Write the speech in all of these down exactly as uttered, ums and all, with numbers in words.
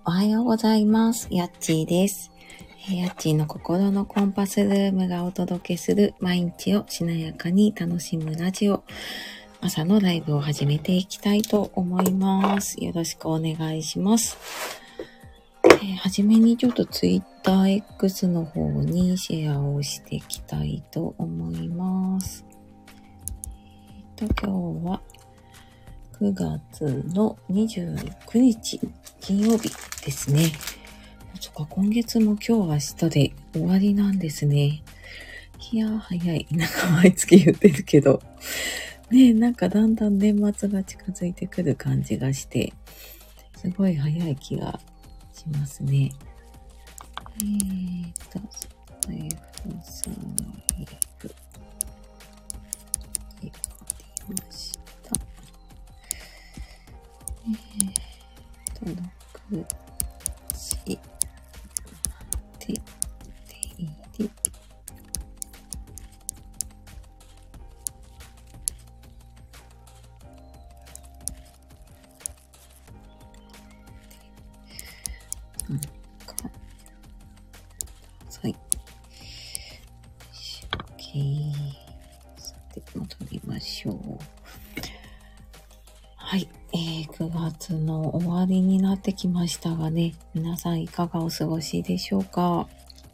おはようございます。やっちーです。やっちーの心のコンパスルームがお届けする毎日をしなやかに楽しむラジオ。朝のライブを始めていきたいと思います。よろしくお願いします。えー、はじめにちょっと ツイッターエックス の方にシェアをしていきたいと思います。えっと、今日はくがつのにじゅうくにち金曜日ですね。そっか、今月も今日明日で終わりなんですね。いやー早い。なんか毎月言ってるけど。ねえ、なんかだんだん年末が近づいてくる感じがして、すごい早い気がしますね。えーと、スタイフさんライブ、やりました。えーと、ろく、し、て、ていり、なんか、はい。OK。さて、戻りましょう。はい。えー、くがつの終わりになってきましたがね、皆さんいかがお過ごしでしょうか。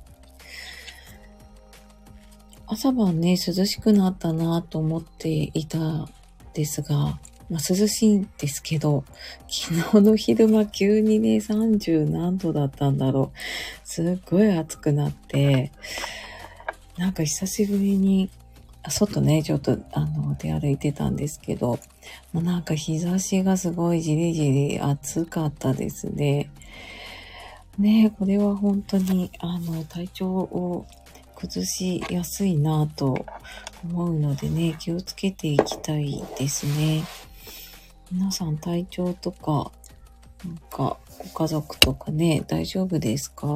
朝晩ね、涼しくなったなと思っていたんですが、まあ、涼しいんですけど、昨日の昼間急にね、さんじゅうなんどだったんだろう。すっごい暑くなって、なんか久しぶりに、外ね、ちょっとあの出歩いてたんですけど、もうなんか日差しがすごいじりじり暑かったですね。ね、これは本当にあの体調を崩しやすいなと思うのでね、気をつけていきたいですね。皆さん体調とか、なんかご家族とかね、大丈夫ですか？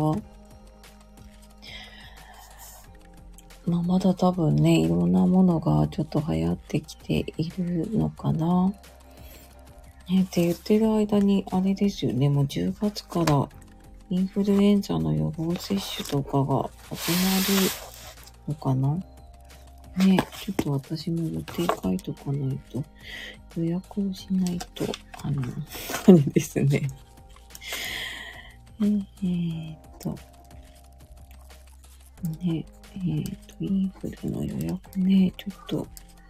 まあ、まだ多分ね、いろんなものがちょっと流行ってきているのかな。ね、って言ってる間に、あれですよね、もうじゅうがつからインフルエンザの予防接種とかが始まるのかな。ね、ちょっと私も予定書いとかないと、予約をしないと、あの、あれですね。えー、えー、っと、ね、えー、っと、インフルの予約ね、ちょっと、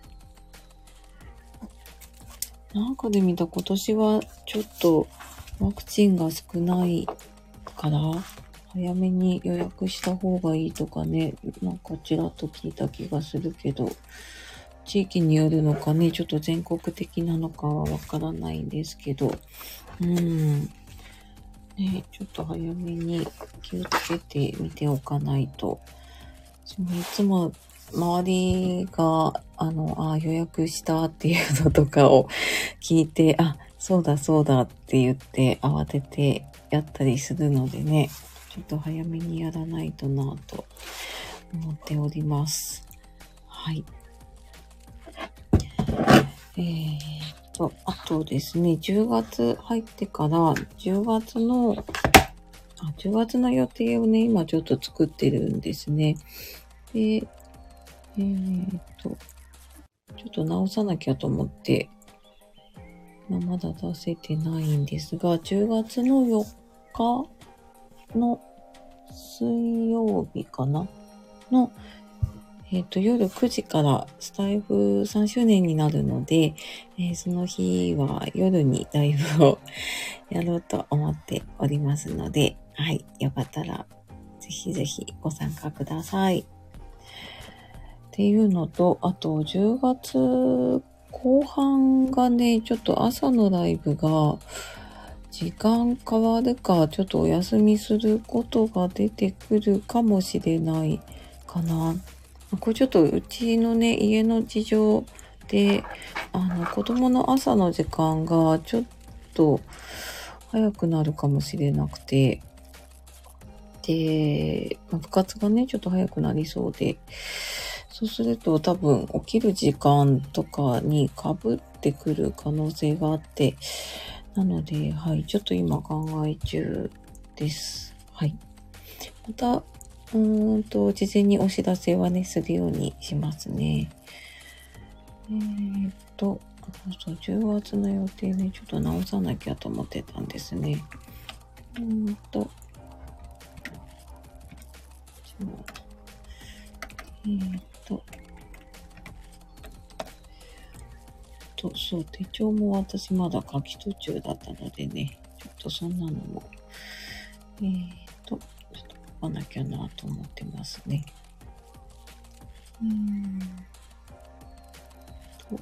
なんかで見た今年はちょっとワクチンが少ないから早めに予約した方がいいとかね、なんかちらっと聞いた気がするけど、地域によるのかね、ちょっと全国的なのかはわからないんですけど、うん。ね、ちょっと早めに気をつけてみておかないと。いつも周りが、あの、あ、予約したっていうのとかを聞いて、あ、そうだそうだって言って慌ててやったりするのでね、ちょっと早めにやらないとなと思っております。はい。えーと、あとですね、じゅうがつ入ってからじゅうがつの、あ、じゅうがつの予定をね、今ちょっと作ってるんですね。で、えーと、ちょっと直さなきゃと思って、まあ、まだ出せてないんですが、じゅうがつのよっかの水曜日かなの、えっと、夜くじからスタイフさんしゅうねんになるので、えーその日は夜にライブをやろうと思っておりますので、はい、よかったらぜひぜひご参加ください。っていうのと、あとじゅうがつこう半がね、ちょっと朝のライブが時間変わるか、ちょっとお休みすることが出てくるかもしれないかな。これちょっとうちのね、家の事情で、あの、子供の朝の時間がちょっと早くなるかもしれなくて、で、まあ部活がね、ちょっと早くなりそうで、そうすると多分起きる時間とかに被ってくる可能性があって、 なので、はい、ちょっと今考え中です。はい。また、うーんと、事前にお知らせはね、するようにしますね。えーっと、そう、じゅうがつの予定ね、ちょっと直さなきゃと思ってたんですね。うーんと、えーっと、と、そう、手帳も私まだ書き途中だったのでね、ちょっとそんなのも、えーっと、ちょっと書かなきゃなと思ってますね。うーんと、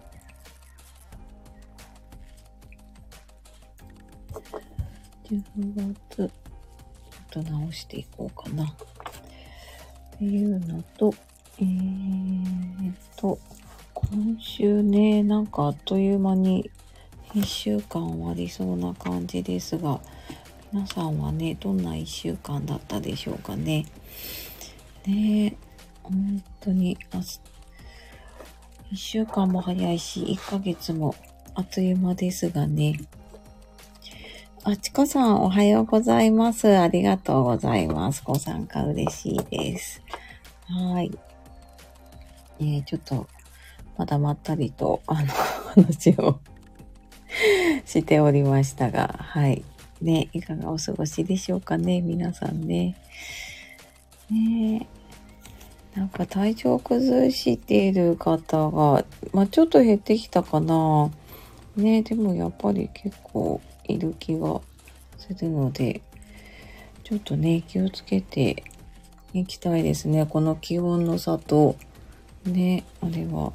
じゅうがつ、ちょっと直していこうかな。っていうのと、えーっと、今週ね、なんかあっという間にいっしゅうかん終わりそうな感じですが、皆さんはね、どんないっしゅうかんだったでしょうかね。ねえ、本当に、あ、いっしゅうかんも早いし、いっかげつもあっという間ですがね。あ、ちこさんおはようございます。ありがとうございます。ご参加嬉しいです。はい。えー、ちょっと、まだまったりと、あの、話をしておりましたが、はい。ね、いかがお過ごしでしょうかね、皆さんね。ねえ、なんか体調崩している方が、まあちょっと減ってきたかな。ね、でもやっぱり結構いる気がするので、ちょっとね、気をつけていきたいですね。この気温の差と、ね、あれは。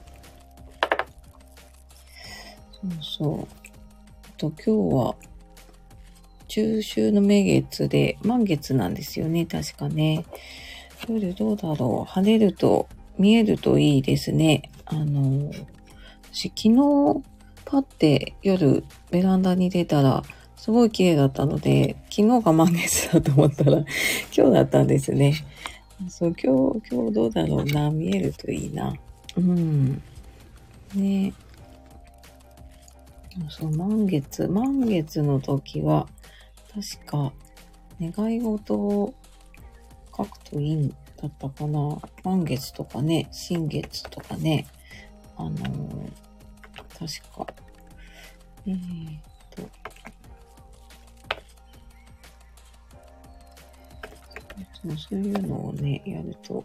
そうそう。あと今日は、中秋の名月で満月なんですよね、確かね。夜どうだろう。晴れると、見えるといいですね。あの、私昨日、パって夜ベランダに出たら、すごい綺麗だったので、昨日が満月だと思ったら、今日だったんですね。そう、今日、今日どうだろうな。見えるといいな。うん。ね。そう、満月、満月の時は、確か、願い事を書くといいんだったかな。満月とかね、新月とかね。あのー、確か。えーっと、そういうのをね、やると、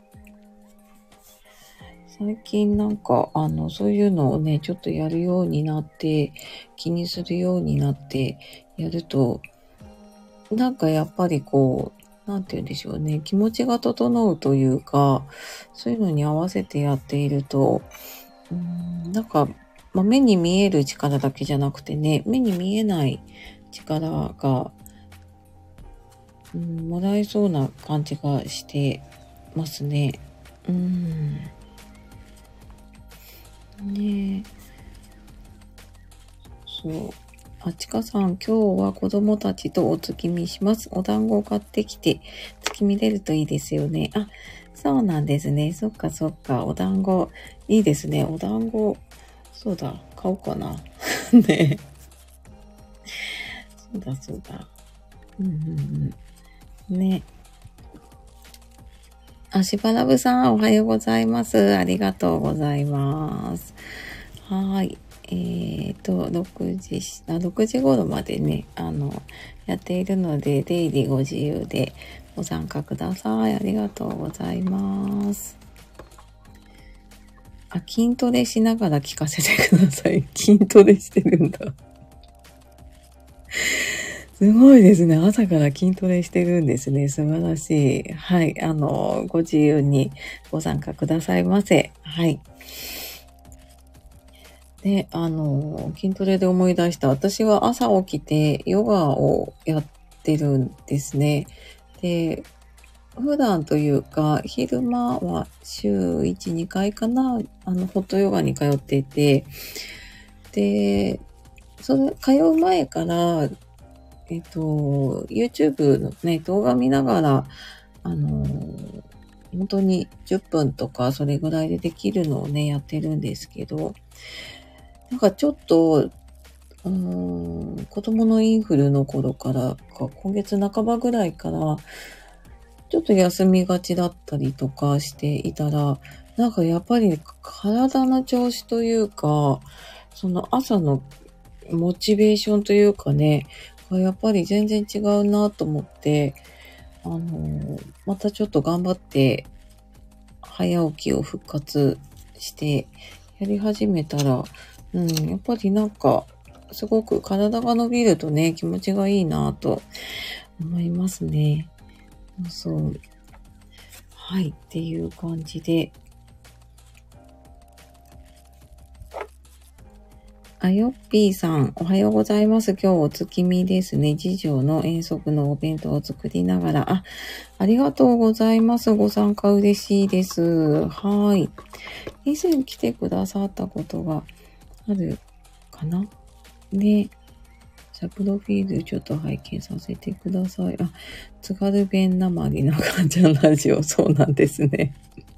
最近なんか、あの、そういうのをね、ちょっとやるようになって、気にするようになって、やると、なんかやっぱりこう、なんて言うんでしょうね、気持ちが整うというか、そういうのに合わせてやっていると、うーん、なんか、まあ、目に見える力だけじゃなくてね、目に見えない力が、うん、もらえそうな感じがしてますね。うん。ねえ。そう。あちかさん、今日は子供たちとお月見します。お団子を買ってきて、月見れるといいですよね。あ、そうなんですね。そっかそっか。お団子、いいですね。お団子、そうだ。買おうかな。ね。そうだそうだ。うんうんうん。ね。あ、しばらぶさん、おはようございます。ありがとうございます。はい。えっと、ろくじ、あ、ろくじ頃までね、あの、やっているので、出入りご自由でご参加ください。ありがとうございます。あ、筋トレしながら聞かせてください。筋トレしてるんだ。すごいですね。朝から筋トレしてるんですね。素晴らしい。はい。あの、ご自由にご参加くださいませ。はい。で、あの、筋トレで思い出した。私は朝起きてヨガをやってるんですね。で、普段というか、昼間は週いち、にかいかな、あの、ホットヨガに通っていて、で、それ、通う前から、えっと、YouTube のね、動画見ながら、あの、本当にじゅっぷんとかそれぐらいでできるのをね、やってるんですけど、なんかちょっとうーん、子供のインフルの頃からか、今月半ばぐらいから、ちょっと休みがちだったりとかしていたら、なんかやっぱり体の調子というか、その朝のモチベーションというかね、やっぱり全然違うなと思って、あのー、またちょっと頑張って早起きを復活してやり始めたら、うん、やっぱりなんか、すごく体が伸びるとね、気持ちがいいなと思いますね。そう。はい、っていう感じで。あよっぴーさん、おはようございます。今日お月見ですね。次女の遠足のお弁当を作りながら、あ、ありがとうございます。ご参加嬉しいです。はい。以前来てくださったことがあるかなで、じゃプロフィールちょっと拝見させてください。あ、津軽弁なまりのかんちゃんラジオ、そうなんですね。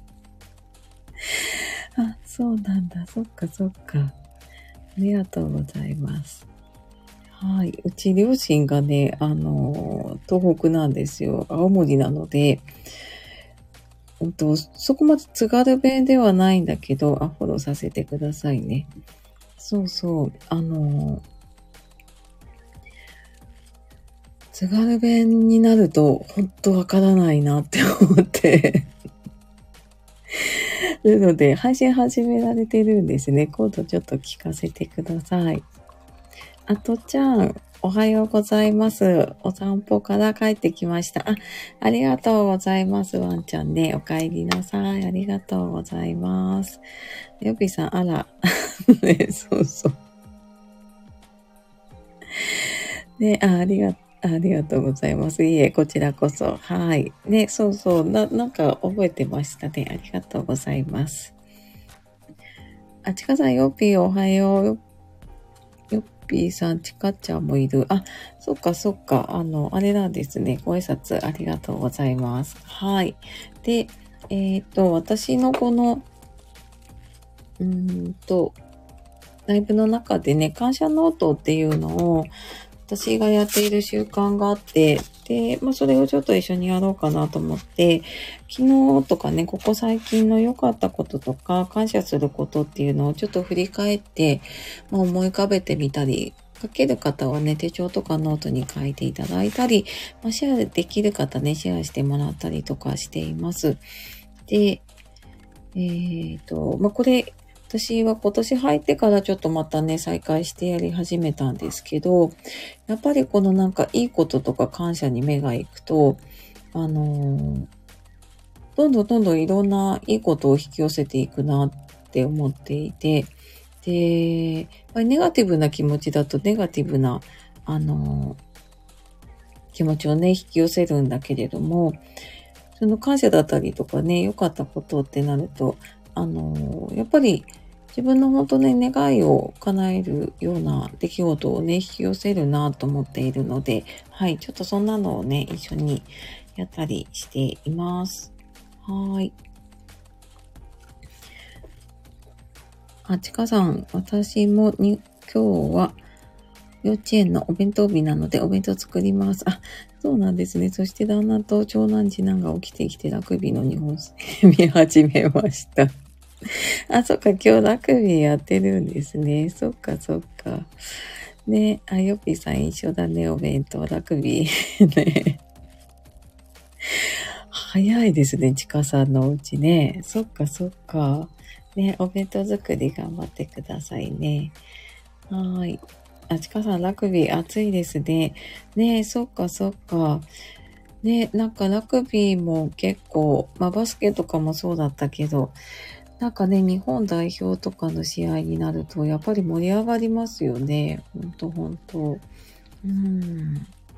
あ、そうなんだ。そっかそっか。ありがとうございます。はい。うち両親がね、あの、東北なんですよ。青森なので、うんと、そこまで津軽弁ではないんだけど、あ、フォローさせてくださいね。そうそう。あの、津軽弁になると、ほんとわからないなって思ってなので、配信始められてるんですね。今度ちょっと聞かせてください。あとちゃん、おはようございます。お散歩から帰ってきました。あ、ありがとうございます。ワンちゃんね、お帰りなさい。ありがとうございます。よぴさん、あら。ね、そうそう。ね、あ、ありがとう。ありがとうございます。いえ、こちらこそ。はい。ね、そうそう。な、なんか覚えてましたね。ありがとうございます。あ、ちかさん、よっぴーおはよう。よ、よっぴーさん、ちかちゃんもいる。あ、そっかそっか。あの、あれなんですね。ご挨拶ありがとうございます。はい。で、えっと、私のこの、うーんと、ライブの中でね、感謝ノートっていうのを、私がやっている習慣があって、で、まあそれをちょっと一緒にやろうかなと思って、昨日とかね、ここ最近の良かったこととか、感謝することっていうのをちょっと振り返って、まあ、思い浮かべてみたり、書ける方はね、手帳とかノートに書いていただいたり、まあ、シェアできる方ね、シェアしてもらったりとかしています。で、えっと、まあ、これ、私は今年入ってからちょっとまたね、再開してやり始めたんですけど、やっぱりこのなんかいいこととか感謝に目が行くと、あのー、どんどんどんどんいろんないいことを引き寄せていくなって思っていて、で、やっぱりネガティブな気持ちだとネガティブな、あのー、気持ちをね、引き寄せるんだけれども、その感謝だったりとかね、良かったことってなると、あのー、やっぱり自分の本当ね、願いを叶えるような出来事をね、引き寄せるなと思っているので、はい、ちょっとそんなのをね、一緒にやったりしています。はい。あ、ちかさん、私もに、今日は幼稚園のお弁当日なのでお弁当作ります。あ、そうなんですね。そして旦那と長男次男が起きてきてラグビーの日本戦見始めました。あ、そっか、今日ラグビーやってるんですね。そっか、そっか。ね、あ、よっぴーさん一緒だね、お弁当、ラグビー。ね。早いですね、ちかさんのお家ね。そっか、そっか。ね、お弁当作り頑張ってくださいね。はーい。あ、ちかさん、ラグビー暑いですね。ねえ、そっか、そっか。ね、なんかラグビーも結構、まあバスケとかもそうだったけど、なんかね、日本代表とかの試合になると、やっぱり盛り上がりますよね。ほんとほんと。うん。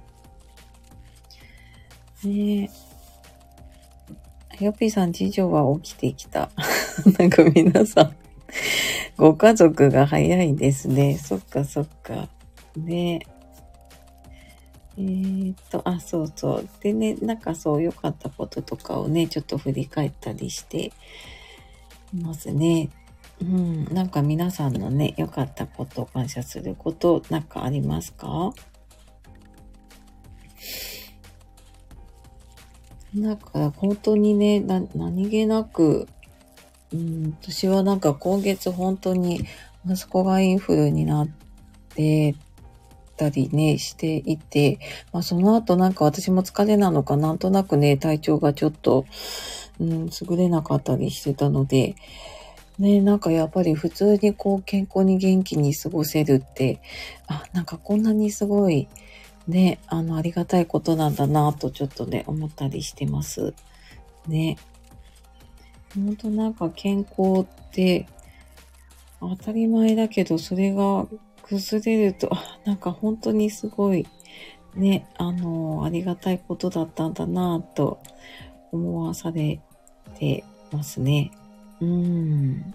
ねえ。よぴーさん、次女は起きてきた。なんか皆さん、ご家族が早いですね。そっかそっか。ねえ。えーっと、あ、そうそう。でね、なんかそう良かったこととかをね、ちょっと振り返ったりしていますね。 うん、なんか皆さんのね、良かったこと、感謝すること、なんかありますか？なんか本当にね、な、何気なく、うん、私はなんか今月本当に息子がインフルになってたりね、していて、まあその後なんか私も疲れなのかなんとなくね、体調がちょっと、うん、優れなかったりしてたので、ね、なんかやっぱり普通にこう健康に元気に過ごせるって、あ、なんかこんなにすごいね、あのありがたいことなんだなとちょっとね、思ったりしてます。ね。ほんとなんか健康って当たり前だけど、それが崩れると、あ、なんか本当にすごいね、あの、ありがたいことだったんだなぁと思わされてますね。うーん。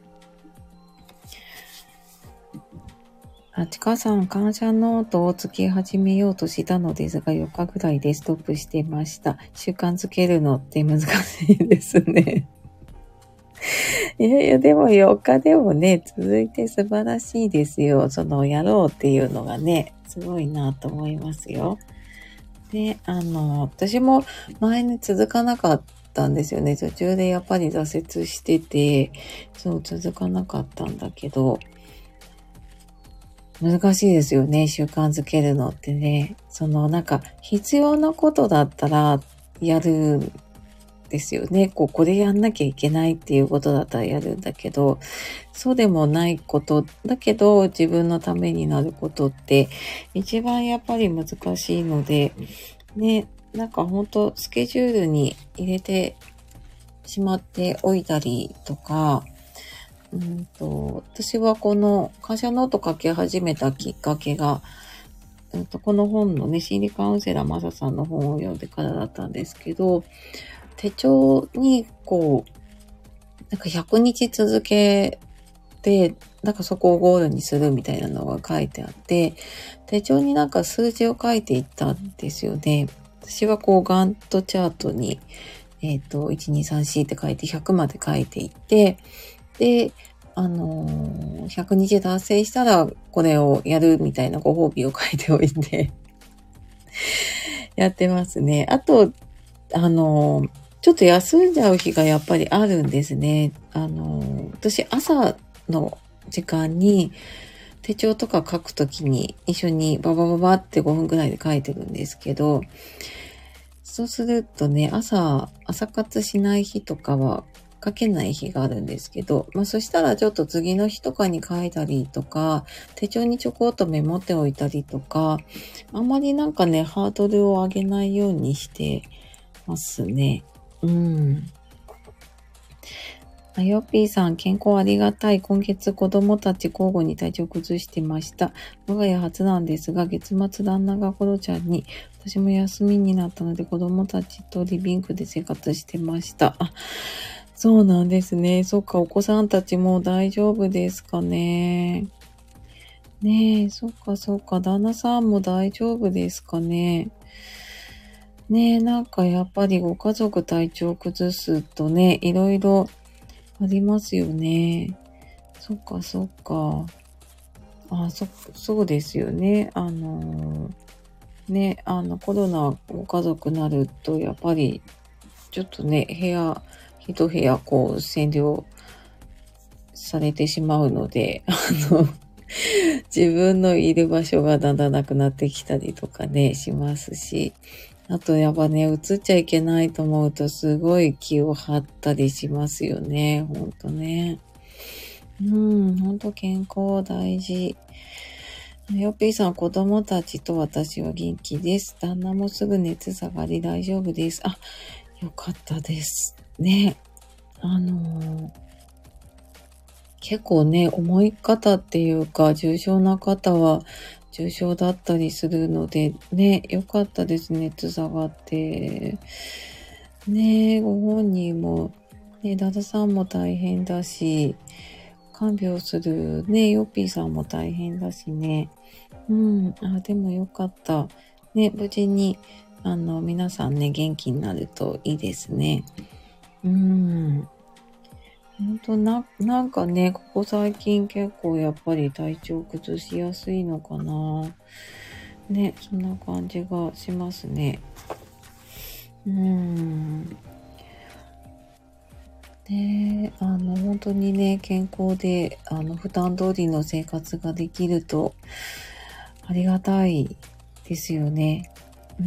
あちかさん、感謝ノートをつけ始めようとしたのですが、よっかぐらいでストップしてました。習慣づけるのって難しいですね。いやいや、でもよっかでもね、続いて素晴らしいですよ。その、やろうっていうのがね、すごいなと思いますよ。で、あの、私も前に続かなかったんですよね。途中でやっぱり挫折してて、そう続かなかったんだけど、難しいですよね、習慣づけるのってね。そのなんか必要なことだったらやるんですよね。こう、これやんなきゃいけないっていうことだったらやるんだけど、そうでもないことだけど自分のためになることって一番やっぱり難しいので、ね、なんかほんとスケジュールに入れてしまっておいたりとか、うんと、私はこの感謝ノート書き始めたきっかけが、うんと、この本のね、心理カウンセラーマサさんの本を読んでからだったんですけど、手帳にこう、なんかひゃくにち続けて、なんかそこをゴールにするみたいなのが書いてあって、手帳になんか数字を書いていったんですよね。私はこうガントチャートに、えっと、いち、に、さん、よんって書いてひゃくまで書いていって、で、あのー、ひゃくにち達成したらこれをやるみたいなご褒美を書いておいてやってますね。あと、あのー、ちょっと休んじゃう日がやっぱりあるんですね。あのー、私朝の時間に手帳とか書くときに一緒にババババってごふんくらいで書いてるんですけど、そうするとね、朝、朝活しない日とかは書けない日があるんですけど、まあそしたらちょっと次の日とかに書いたりとか、手帳にちょこっとメモっておいたりとか、あんまりなんかね、ハードルを上げないようにしてますね。うん。あよぴーさん、健康ありがたい。今月子供たち交互に体調崩してました。我が家初なんですが、月末旦那がコロちゃんに、私も休みになったので子供たちとリビングで生活してました。あ、そうなんですね。そっか、お子さんたちも大丈夫ですかね。ねえ、そっかそっか、旦那さんも大丈夫ですかね。ねえ、なんかやっぱりご家族体調崩すとね、いろいろありますよね。そっかそっか。あ、そ、そうですよね。あのー、ね、あの、コロナご家族なると、やっぱり、ちょっとね、部屋、一部屋、こう、占領されてしまうので、あの、自分のいる場所がだんだんなくなってきたりとかね、しますし、あとやっぱね、映っちゃいけないと思うとすごい気を張ったりしますよね。ほんとね。うん、ほんと健康大事。よっぴーさん、子供たちと私は元気です。旦那もすぐ熱下がり大丈夫です。あ、よかったです。ね。あのー、結構ね、重い方っていうか、重症な方は重症だったりするので、ね、よかったです。熱下がって。ね、ご本人も、ね、旦那さんも大変だし、看病するね、ヨッピーさんも大変だしね。うん、あ、でもよかった。ね、無事に、あの、皆さんね、元気になるといいですね。うん。 ほんとな、なんかね、ここ最近結構やっぱり体調崩しやすいのかな。ね、そんな感じがしますね。うーん。ね、あの、本当にね、健康で、あの、普段通りの生活ができると、ありがたいですよね。うん。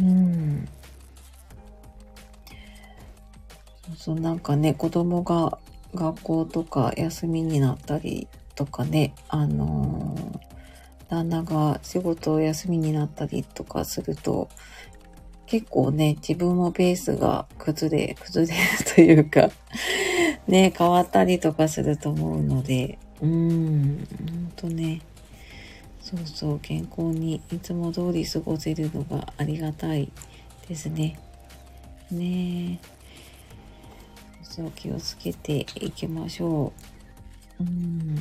そうそう、なんかね、子供が学校とか休みになったりとかね、あのー旦那が仕事を休みになったりとかすると、結構ね、自分もペースが崩れ、崩れるというか、ね、変わったりとかすると思うので、うーん、ほんとね、そうそう、健康にいつも通り過ごせるのがありがたいですね。ねえ。そう、気をつけていきましょう。うん。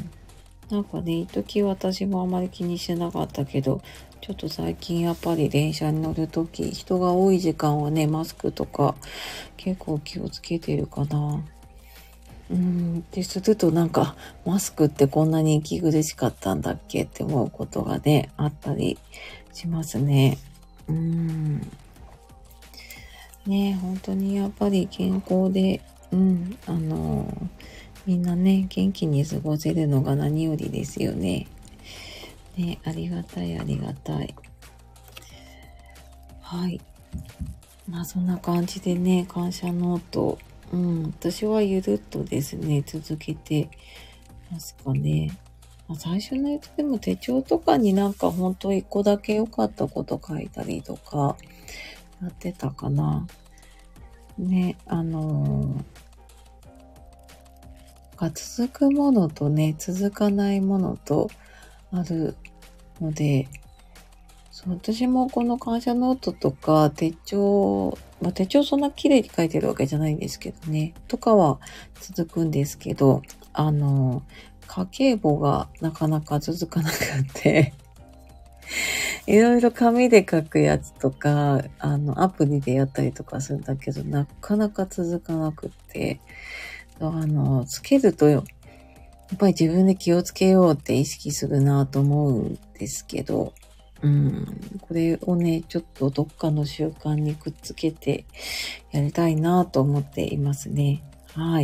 なんかね、一時私もあまり気にしてなかったけど、ちょっと最近やっぱり電車に乗るとき、人が多い時間はね、マスクとか結構気をつけてるかな。うん。でするとなんか、マスクってこんなに息苦しかったんだっけって思うことがね、あったりしますね。うん。ね、本当にやっぱり健康で、うん、あの、みんなね、元気に過ごせるのが何よりですよね。ね、ありがたい、ありがたい。はい。まあそんな感じでね、感謝ノート。うん、私はゆるっとですね、続けてますかね。まあ、最初のやつでも手帳とかになんかほんと一個だけ良かったこと書いたりとか、やってたかな。ね、あのーが続くものとね、続かないものとあるので、そう、私もこの感謝ノートとか手帳、まあ、手帳そんな綺麗に書いてるわけじゃないんですけどね、とかは続くんですけど、あの、家計簿がなかなか続かなくっていろいろ紙で書くやつとか、あの、アプリでやったりとかするんだけど、なかなか続かなくって、あの、つけるとよ、やっぱり自分で気をつけようって意識するなと思うんですけど、うん、これをね、ちょっとどっかの習慣にくっつけてやりたいなと思っていますね。はい。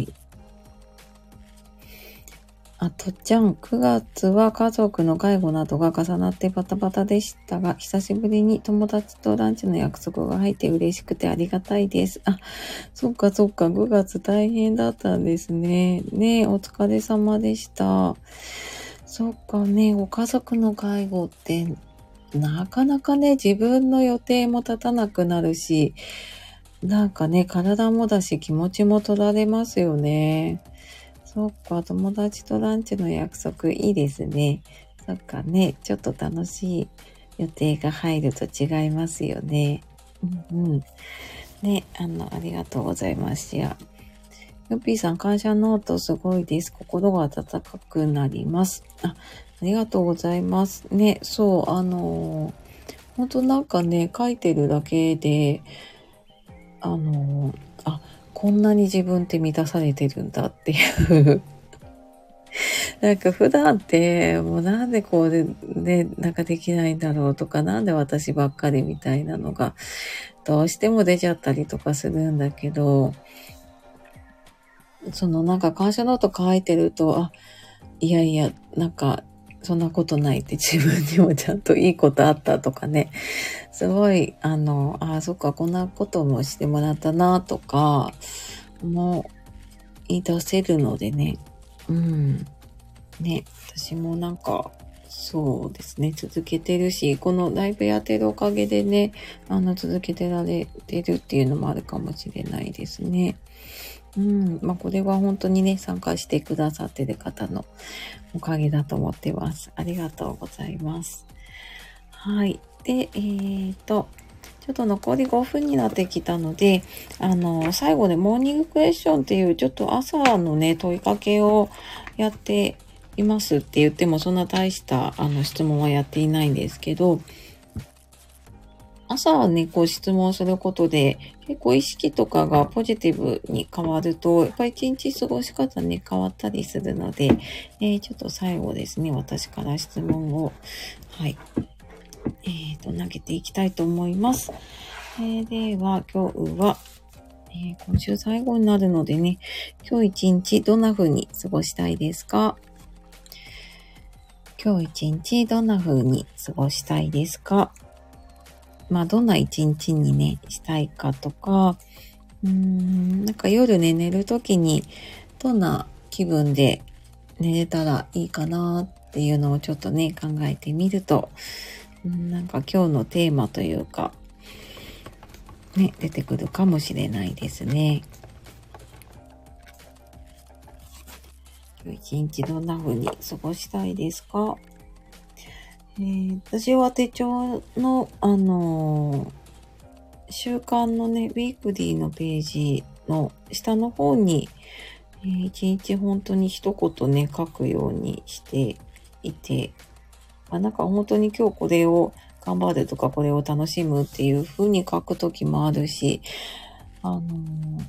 あとちゃん、くがつは家族の介護などが重なってバタバタでしたが、久しぶりに友達とランチの約束が入って嬉しくてありがたいです。あ、そっかそっか、くがつ大変だったんですね。ねえ、お疲れ様でした。そっかね、ご家族の介護って、なかなかね、自分の予定も立たなくなるし、なんかね、体もだし気持ちも取られますよね。そっか、友達とランチの約束いいですね。そっかね、ちょっと楽しい予定が入ると違いますよね。うんうん。ね、あの、ありがとうございました。ヨッピーさん、感謝ノートすごいです。心が温かくなります。あ、ありがとうございます。ね、そう、あのー、ほんとなんかね、書いてるだけで、あのー、あ、こんなに自分って満たされてるんだっていうなんか普段って、もうなんでこうで、ね、なんかできないんだろうとか、なんで私ばっかりみたいなのが、どうしても出ちゃったりとかするんだけど、そのなんか感謝ノート書いてると、あ、いやいや、なんか、そんなことないって自分にもちゃんといいことあったとかね。すごい、あの、あ、そっか、こんなこともしてもらったなとか、もう言い出せるのでね。うん。ね、私もなんか、そうですね、続けてるし、このライブやってるおかげでね、あの、続けてられてるっていうのもあるかもしれないですね。うん。まあ、これは本当にね、参加してくださってる方のおかげだと思ってます。ありがとうございます。はい。で、えーと、ちょっと残りごふんになってきたので、あの、最後でモーニングクエスチョンっていう、ちょっと朝のね、問いかけをやっていますって言っても、そんな大した、あの、質問はやっていないんですけど、 朝はね、こう質問することで、結構意識とかがポジティブに変わると、やっぱり一日過ごし方ね、変わったりするので、えー、ちょっと最後ですね、私から質問を、はい、えーと、投げていきたいと思います。えー、では、今日は、えー、今週最後になるのでね、今日一日どんな風に過ごしたいですか？今日一日どんな風に過ごしたいですか？まあ、どんな一日にね、したいかとか、うーん、なんか夜ね、寝るときにどんな気分で寝れたらいいかなっていうのをちょっとね、考えてみると、うん、なんか今日のテーマというか、ね、出てくるかもしれないですね。今日一日どんな風に過ごしたいですか？えー、私は手帳の、あのー、週間のね、ウィークリーのページの下の方に、えー、一日本当に一言ね、書くようにしていて、あ、なんか本当に今日これを頑張るとかこれを楽しむっていう風に書くときもあるし、あのー、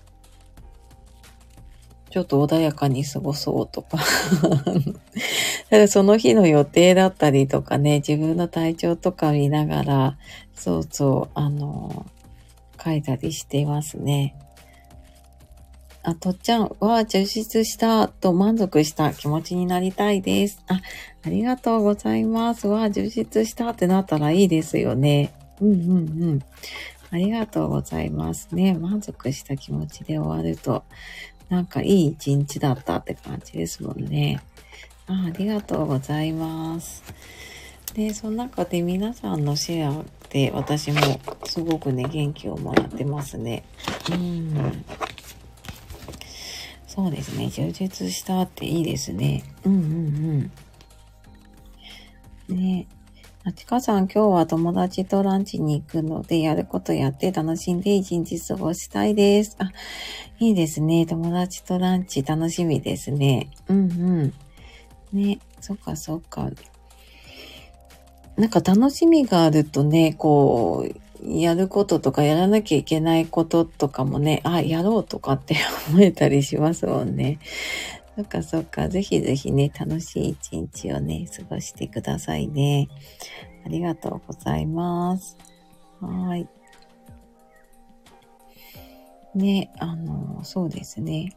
ちょっと穏やかに過ごそうとか。だからその日の予定だったりとかね、自分の体調とか見ながら、そうそう、あのー、書いたりしていますね。あ、とっちゃんは充実したと満足した気持ちになりたいです。あ、ありがとうございます。わ、充実したってなったらいいですよね。うんうんうん。ありがとうございますね。満足した気持ちで終わると、なんかいい一日だったって感じですもんね。あ、ありがとうございます。で、その中で皆さんのシェアで私もすごくね、元気をもらってますね。うん。そうですね。充実したっていいですね。うんうんうん。ね。あちかさん、今日は友達とランチに行くので、やることやって楽しんで一日過ごしたいです。あ、いいですね。友達とランチ楽しみですね。うんうん。ね。そっかそっか。なんか楽しみがあるとね、こう、やることとかやらなきゃいけないこととかもね、あ、やろうとかって思えたりしますもんね。そっかそっか。ぜひぜひね、楽しい一日をね、過ごしてくださいね。ありがとうございます。はい。ね、あの、そうですね。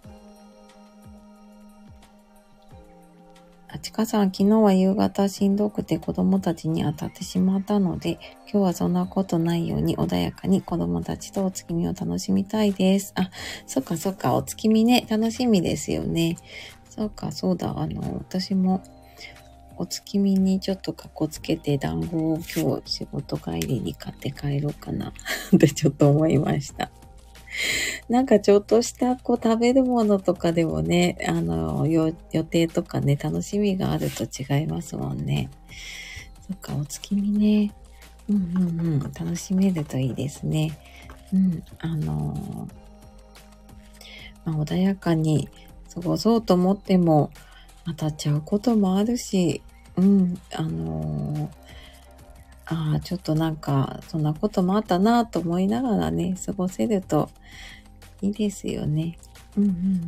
あちかさん、昨日は夕方しんどくて子供たちに当たってしまったので、今日はそんなことないように穏やかに子供たちとお月見を楽しみたいです。あ、そっかそっか、お月見ね、楽しみですよね。そっか、そうだ、あの、私もお月見にちょっとかっこつけて団子を今日仕事帰りに買って帰ろうかなってちょっと思いました。なんかちょっとしたこう食べるものとかでもね、あの、予定とかね、楽しみがあると違いますもんね。そっか、お月見ね。うんうんうん。楽しめるといいですね。うん。あのー、まあ、穏やかに過ごそうと思っても、当たっちゃうこともあるし、うん。あのー、ああ、ちょっとなんか、そんなこともあったなと思いながらね、過ごせるといいですよね。うんうん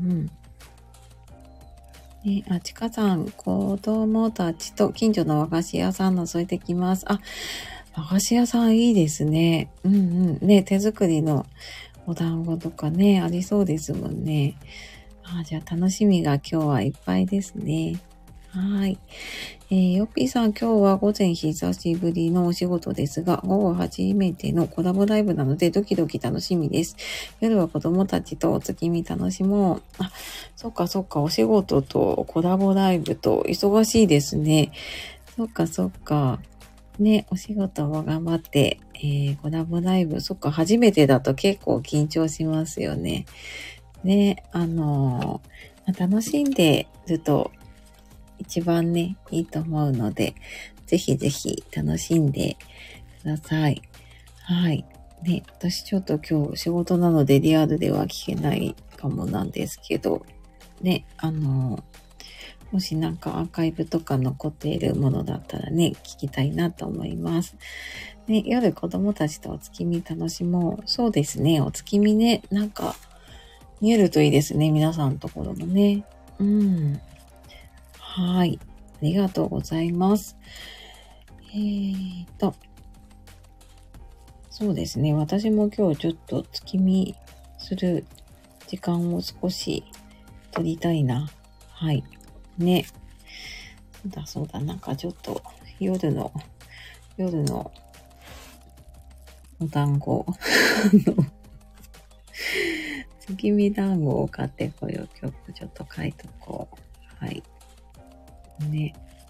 うん。ね、あ、ちかさん、子供たちと近所の和菓子屋さん覗いてきます。あ、和菓子屋さんいいですね。うんうん。ね、手作りのお団子とかね、ありそうですもんね。あ、じゃあ楽しみが今日はいっぱいですね。はい。えー、ヨッピーさん、今日は午前久しぶりのお仕事ですが、午後初めてのコラボライブなのでドキドキ楽しみです。夜は子供たちとお月見楽しもう。あ、そっかそっか、お仕事とコラボライブと忙しいですね。そっかそっか。ね、お仕事も頑張って、えー、コラボライブ、そっか、初めてだと結構緊張しますよね。ね、あのー、楽しんでると一番ね、いいと思うので、ぜひぜひ楽しんでください。はい。ね、私ちょっと今日仕事なのでリアルでは聞けないかもなんですけど、ね、あの、もしなんかアーカイブとか残っているものだったらね、聞きたいなと思います。 ね、夜子供たちとお月見楽しもう。そうですね、お月見ね、なんか、見えるといいですね、皆さんのところもね。うん。はい。ありがとうございます。えーと、そうですね、私も今日ちょっと月見する時間を少し取りたいな。はい。ね。そうだそうだ、なんかちょっと夜の、夜のお団子月見団子を買ってこよう。今日ちょっと書いとこう。はい。ね。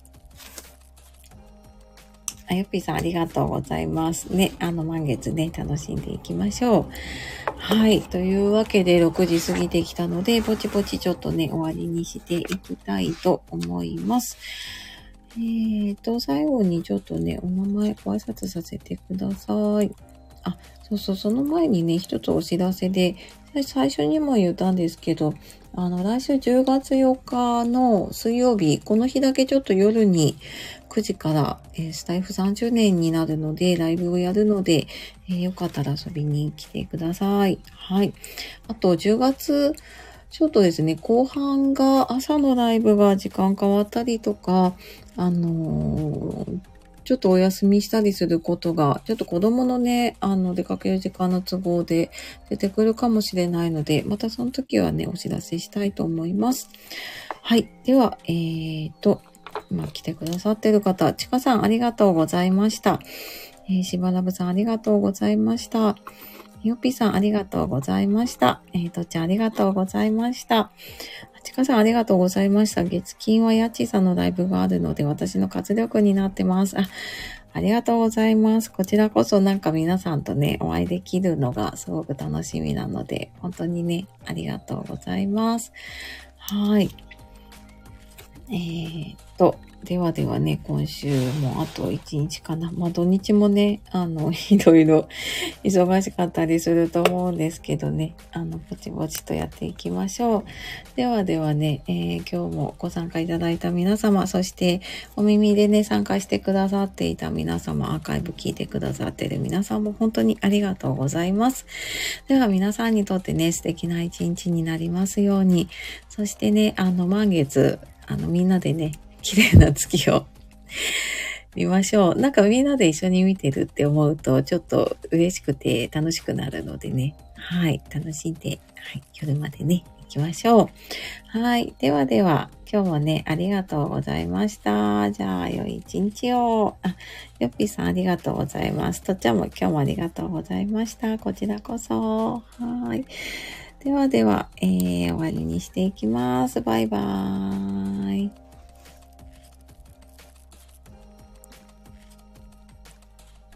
あゆぴーさんありがとうございます。ね、あの満月ね、楽しんでいきましょう。はい。というわけでろくじ過ぎてきたので、ぼちぼちちょっとね、終わりにしていきたいと思います。えーと、最後にちょっとね、お名前ご挨拶させてください。あ、そうそう、その前にね、一つお知らせで、最初にも言ったんですけど、あの、来週じゅうがつよっかの水曜日、この日だけちょっと夜にくじから、えー、スタイフさんじゅうねんになるので、ライブをやるので、えー、よかったら遊びに来てください。はい。あと、じゅうがつ、ちょっとですね、後半が朝のライブが時間変わったりとか、あのー、ちょっとお休みしたりすることが、ちょっと子供のね、あの、出かける時間の都合で出てくるかもしれないので、またその時はね、お知らせしたいと思います。はい。では、えーと、今来てくださってる方、ちかさんありがとうございました。えー、しばらぶさんありがとうございました。よっぴーさんありがとうございました。えーとちゃんありがとうございました。ちかさんありがとうございました。月金はやっちーさんのライブがあるので私の活力になってます。あ、ありがとうございます。こちらこそなんか皆さんとね、お会いできるのがすごく楽しみなので、本当にね、ありがとうございます。はい。えーっと、ではではね、今週もあといちにちかな。まあ土日もね、あの、いろいろ忙しかったりすると思うんですけどね、あの、ぼちぼちとやっていきましょう。ではではね、えー、今日もご参加いただいた皆様、そしてお耳でね、参加してくださっていた皆様、アーカイブ聞いてくださっている皆さんも本当にありがとうございます。では皆さんにとってね、素敵な一日になりますように、そしてね、あの、満月、あの、みんなでね、綺麗な月を見ましょう。なんかみんなで一緒に見てるって思うと、ちょっと嬉しくて楽しくなるのでね。はい。楽しんで、はい。夜までね、行きましょう。はい。ではでは、今日もね、ありがとうございました。じゃあ、良い一日を。あ、よっぴーさんありがとうございます。とっちゃんも今日もありがとうございました。こちらこそ。はい。ではでは、えー、終わりにしていきます。バイバーイ。